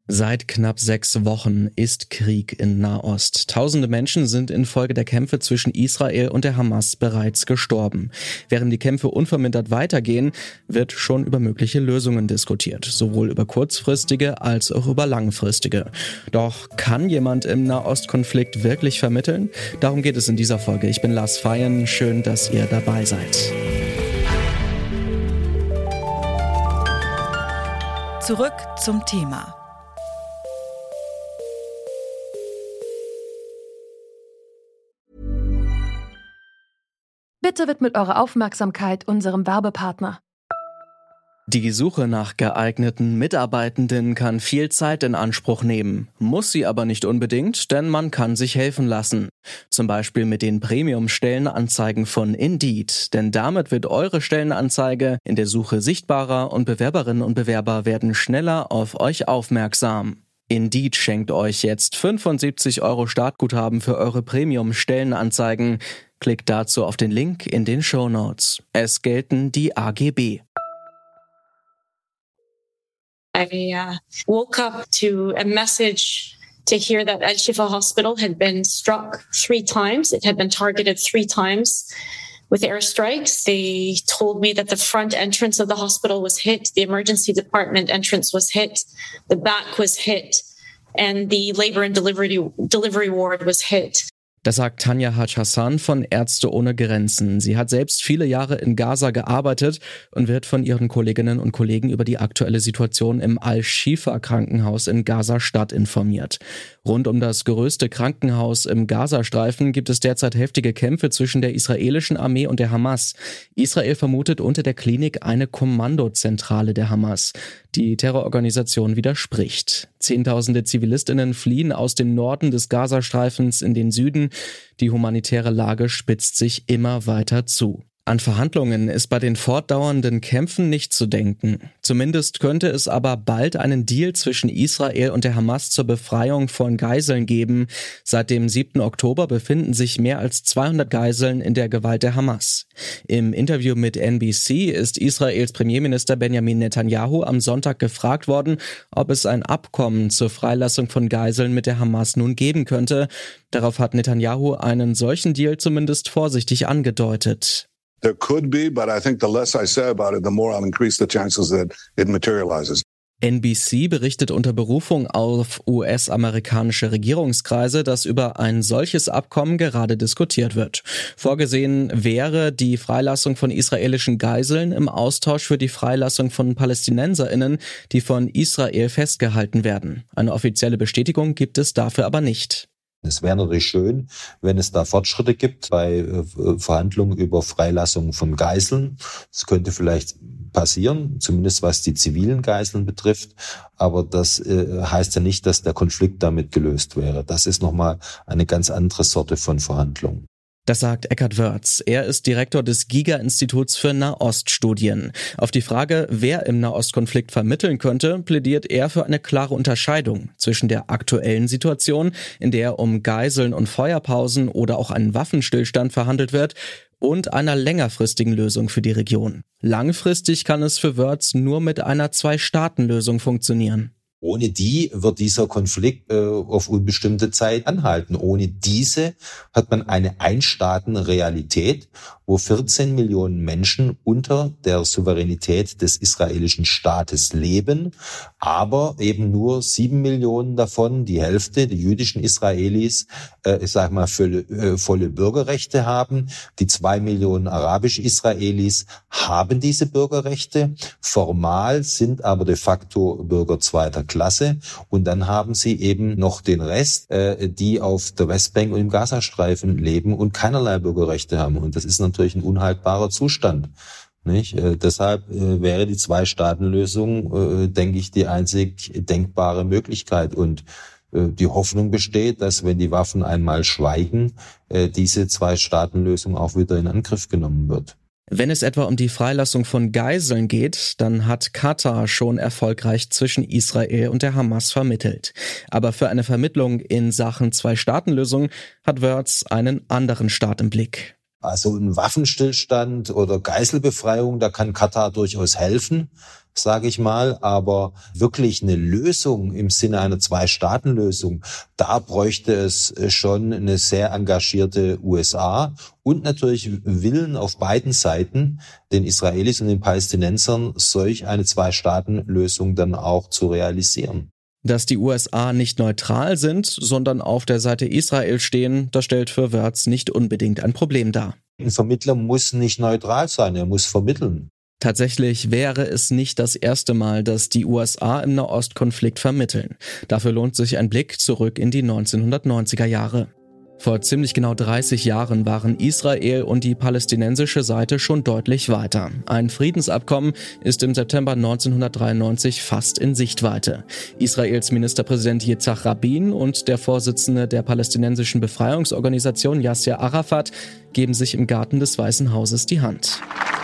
Seit knapp 6 Wochen ist Krieg in Nahost. Tausende Menschen sind infolge der Kämpfe zwischen Israel und der Hamas bereits gestorben. Während die Kämpfe unvermindert weitergehen, wird schon über mögliche Lösungen diskutiert. Sowohl über kurzfristige als auch über langfristige. Doch kann jemand im Nahostkonflikt wirklich vermitteln? Darum geht es in dieser Folge. Ich bin Lars Feyen. Schön, dass ihr dabei seid. Zurück zum Thema. Bitte widmet eure Aufmerksamkeit unserem Werbepartner. Die Suche nach geeigneten Mitarbeitenden kann viel Zeit in Anspruch nehmen, muss sie aber nicht unbedingt, denn man kann sich helfen lassen. Zum Beispiel mit den Premium-Stellenanzeigen von Indeed, denn damit wird eure Stellenanzeige in der Suche sichtbarer und Bewerberinnen und Bewerber werden schneller auf euch aufmerksam. Indeed schenkt euch jetzt 75 € Startguthaben für eure Premium-Stellenanzeigen. Klickt dazu auf den Link in den Shownotes. Es gelten die AGB. I woke up to a message to hear that Al-Shifa Hospital had been struck 3 times. It had been targeted 3 times with airstrikes. They told me that the front entrance of the hospital was hit, the emergency department entrance was hit, the back was hit, and the labor and delivery ward was hit. Das sagt Tanja Haj-Hassan von Ärzte ohne Grenzen. Sie hat selbst viele Jahre in Gaza gearbeitet und wird von ihren Kolleginnen und Kollegen über die aktuelle Situation im Al-Shifa-Krankenhaus in Gaza-Stadt informiert. Rund um das größte Krankenhaus im Gazastreifen gibt es derzeit heftige Kämpfe zwischen der israelischen Armee und der Hamas. Israel vermutet unter der Klinik eine Kommandozentrale der Hamas. Die Terrororganisation widerspricht. Zehntausende ZivilistInnen fliehen aus dem Norden des Gazastreifens in den Süden. Die humanitäre Lage spitzt sich immer weiter zu. An Verhandlungen ist bei den fortdauernden Kämpfen nicht zu denken. Zumindest könnte es aber bald einen Deal zwischen Israel und der Hamas zur Befreiung von Geiseln geben. Seit dem 7. Oktober befinden sich mehr als 200 Geiseln in der Gewalt der Hamas. Im Interview mit NBC ist Israels Premierminister Benjamin Netanyahu am Sonntag gefragt worden, ob es ein Abkommen zur Freilassung von Geiseln mit der Hamas nun geben könnte. Darauf hat Netanyahu einen solchen Deal zumindest vorsichtig angedeutet. There could be, but I think the less I say about it, the more I'll increase the chances that it materializes. NBC berichtet unter Berufung auf US-amerikanische Regierungskreise, dass über ein solches Abkommen gerade diskutiert wird. Vorgesehen wäre die Freilassung von israelischen Geiseln im Austausch für die Freilassung von PalästinenserInnen, die von Israel festgehalten werden. Eine offizielle Bestätigung gibt es dafür aber nicht. Es wäre natürlich schön, wenn es da Fortschritte gibt bei Verhandlungen über Freilassung von Geiseln. Das könnte vielleicht passieren, zumindest was die zivilen Geiseln betrifft. Aber das heißt ja nicht, dass der Konflikt damit gelöst wäre. Das ist nochmal eine ganz andere Sorte von Verhandlungen. Das sagt Eckhard Wörz. Er ist Direktor des Giga-Instituts für Nahoststudien. Auf die Frage, wer im Nahostkonflikt vermitteln könnte, plädiert er für eine klare Unterscheidung zwischen der aktuellen Situation, in der um Geiseln und Feuerpausen oder auch einen Waffenstillstand verhandelt wird, und einer längerfristigen Lösung für die Region. Langfristig kann es für Wörz nur mit einer 2-Staaten-Lösung funktionieren. Ohne die wird dieser Konflikt auf unbestimmte Zeit anhalten. Ohne diese hat man eine Einstaatenrealität, wo 14 Millionen Menschen unter der Souveränität des israelischen Staates leben, aber eben nur 7 Millionen davon, die Hälfte, die jüdischen Israelis, volle Bürgerrechte haben. Die 2 Millionen arabische Israelis haben diese Bürgerrechte. Formal sind aber de facto Bürger zweiter Klasse. Und dann haben sie eben noch den Rest, die auf der Westbank und im Gazastreifen leben und keinerlei Bürgerrechte haben. Und das ist natürlich ein unhaltbarer Zustand. Nicht? Deshalb wäre die 2-Staaten-Lösung, denke ich, die einzig denkbare Möglichkeit. Und die Hoffnung besteht, dass, wenn die Waffen einmal schweigen, diese 2-Staaten-Lösung auch wieder in Angriff genommen wird. Wenn es etwa um die Freilassung von Geiseln geht, dann hat Katar schon erfolgreich zwischen Israel und der Hamas vermittelt. Aber für eine Vermittlung in Sachen 2-Staaten-Lösung hat Wörz einen anderen Staat im Blick. Also ein Waffenstillstand oder Geiselbefreiung, da kann Katar durchaus helfen, sage ich mal. Aber wirklich eine Lösung im Sinne einer Zwei-Staaten-Lösung, da bräuchte es schon eine sehr engagierte USA und natürlich Willen auf beiden Seiten, den Israelis und den Palästinensern, solch eine Zwei-Staaten-Lösung dann auch zu realisieren. Dass die USA nicht neutral sind, sondern auf der Seite Israel stehen, das stellt für Wörth nicht unbedingt ein Problem dar. Ein Vermittler muss nicht neutral sein, er muss vermitteln. Tatsächlich wäre es nicht das erste Mal, dass die USA im Nahostkonflikt vermitteln. Dafür lohnt sich ein Blick zurück in die 1990er Jahre. Vor ziemlich genau 30 Jahren waren Israel und die palästinensische Seite schon deutlich weiter. Ein Friedensabkommen ist im September 1993 fast in Sichtweite. Israels Ministerpräsident Yitzhak Rabin und der Vorsitzende der palästinensischen Befreiungsorganisation Yasser Arafat geben sich im Garten des Weißen Hauses die Hand.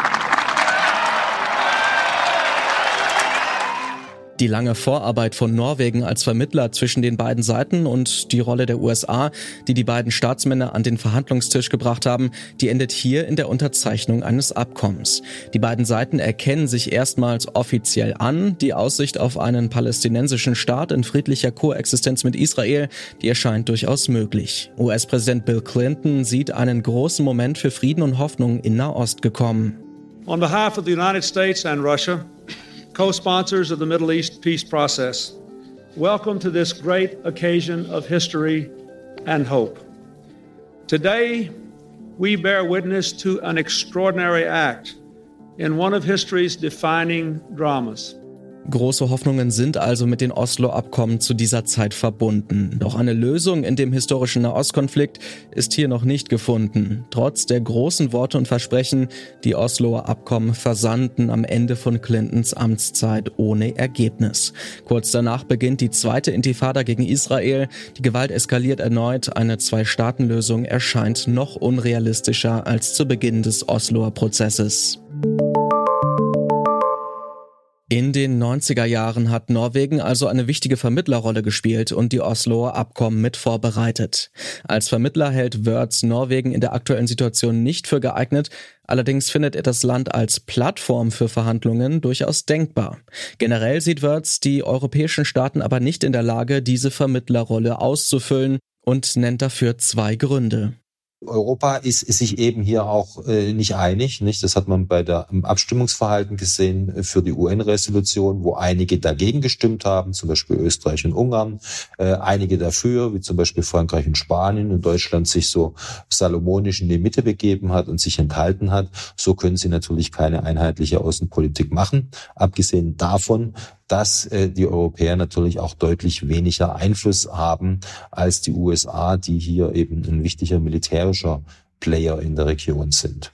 Die lange Vorarbeit von Norwegen als Vermittler zwischen den beiden Seiten und die Rolle der USA, die die beiden Staatsmänner an den Verhandlungstisch gebracht haben, die endet hier in der Unterzeichnung eines Abkommens. Die beiden Seiten erkennen sich erstmals offiziell an. Die Aussicht auf einen palästinensischen Staat in friedlicher Koexistenz mit Israel, die erscheint durchaus möglich. US-Präsident Bill Clinton sieht einen großen Moment für Frieden und Hoffnung in Nahost gekommen. On behalf of the United States and Russia, co-sponsors of the Middle East peace process, welcome to this great occasion of history and hope. Today, we bear witness to an extraordinary act in one of history's defining dramas. Große Hoffnungen sind also mit den Oslo-Abkommen zu dieser Zeit verbunden. Doch eine Lösung in dem historischen Nahostkonflikt ist hier noch nicht gefunden. Trotz der großen Worte und Versprechen, die Osloer Abkommen versanden am Ende von Clintons Amtszeit ohne Ergebnis. Kurz danach beginnt die zweite Intifada gegen Israel. Die Gewalt eskaliert erneut. Eine Zwei-Staaten-Lösung erscheint noch unrealistischer als zu Beginn des Osloer Prozesses. In den 90er Jahren hat Norwegen also eine wichtige Vermittlerrolle gespielt und die Osloer Abkommen mit vorbereitet. Als Vermittler hält Wörth Norwegen in der aktuellen Situation nicht für geeignet, allerdings findet er das Land als Plattform für Verhandlungen durchaus denkbar. Generell sieht Wörth die europäischen Staaten aber nicht in der Lage, diese Vermittlerrolle auszufüllen und nennt dafür zwei Gründe. Europa ist sich eben hier auch nicht einig, nicht? Das hat man im Abstimmungsverhalten gesehen für die UN-Resolution, wo einige dagegen gestimmt haben, zum Beispiel Österreich und Ungarn, einige dafür, wie zum Beispiel Frankreich und Spanien, und Deutschland sich so salomonisch in die Mitte begeben hat und sich enthalten hat. So können sie natürlich keine einheitliche Außenpolitik machen, abgesehen davon, dass die Europäer natürlich auch deutlich weniger Einfluss haben als die USA, die hier eben ein wichtiger militärischer Player in der Region sind.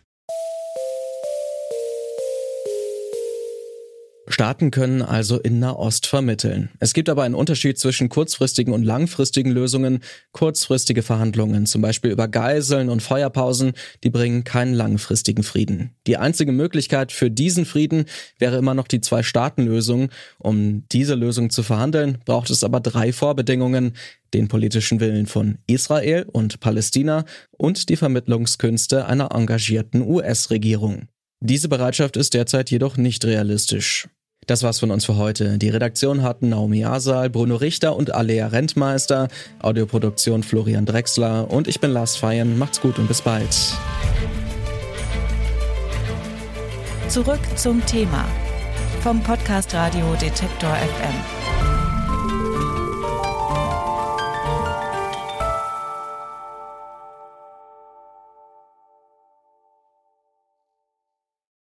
Staaten können also in Nahost vermitteln. Es gibt aber einen Unterschied zwischen kurzfristigen und langfristigen Lösungen. Kurzfristige Verhandlungen, zum Beispiel über Geiseln und Feuerpausen, die bringen keinen langfristigen Frieden. Die einzige Möglichkeit für diesen Frieden wäre immer noch die Zwei-Staaten-Lösung. Um diese Lösung zu verhandeln, braucht es aber 3 Vorbedingungen: den politischen Willen von Israel und Palästina und die Vermittlungskünste einer engagierten US-Regierung. Diese Bereitschaft ist derzeit jedoch nicht realistisch. Das war's von uns für heute. Die Redaktion hatten Naomi Asal, Bruno Richter und Alea Rentmeister, Audioproduktion Florian Drexler und ich bin Lars Feyen. Macht's gut und bis bald. Zurück zum Thema vom Podcast Radio Detektor FM.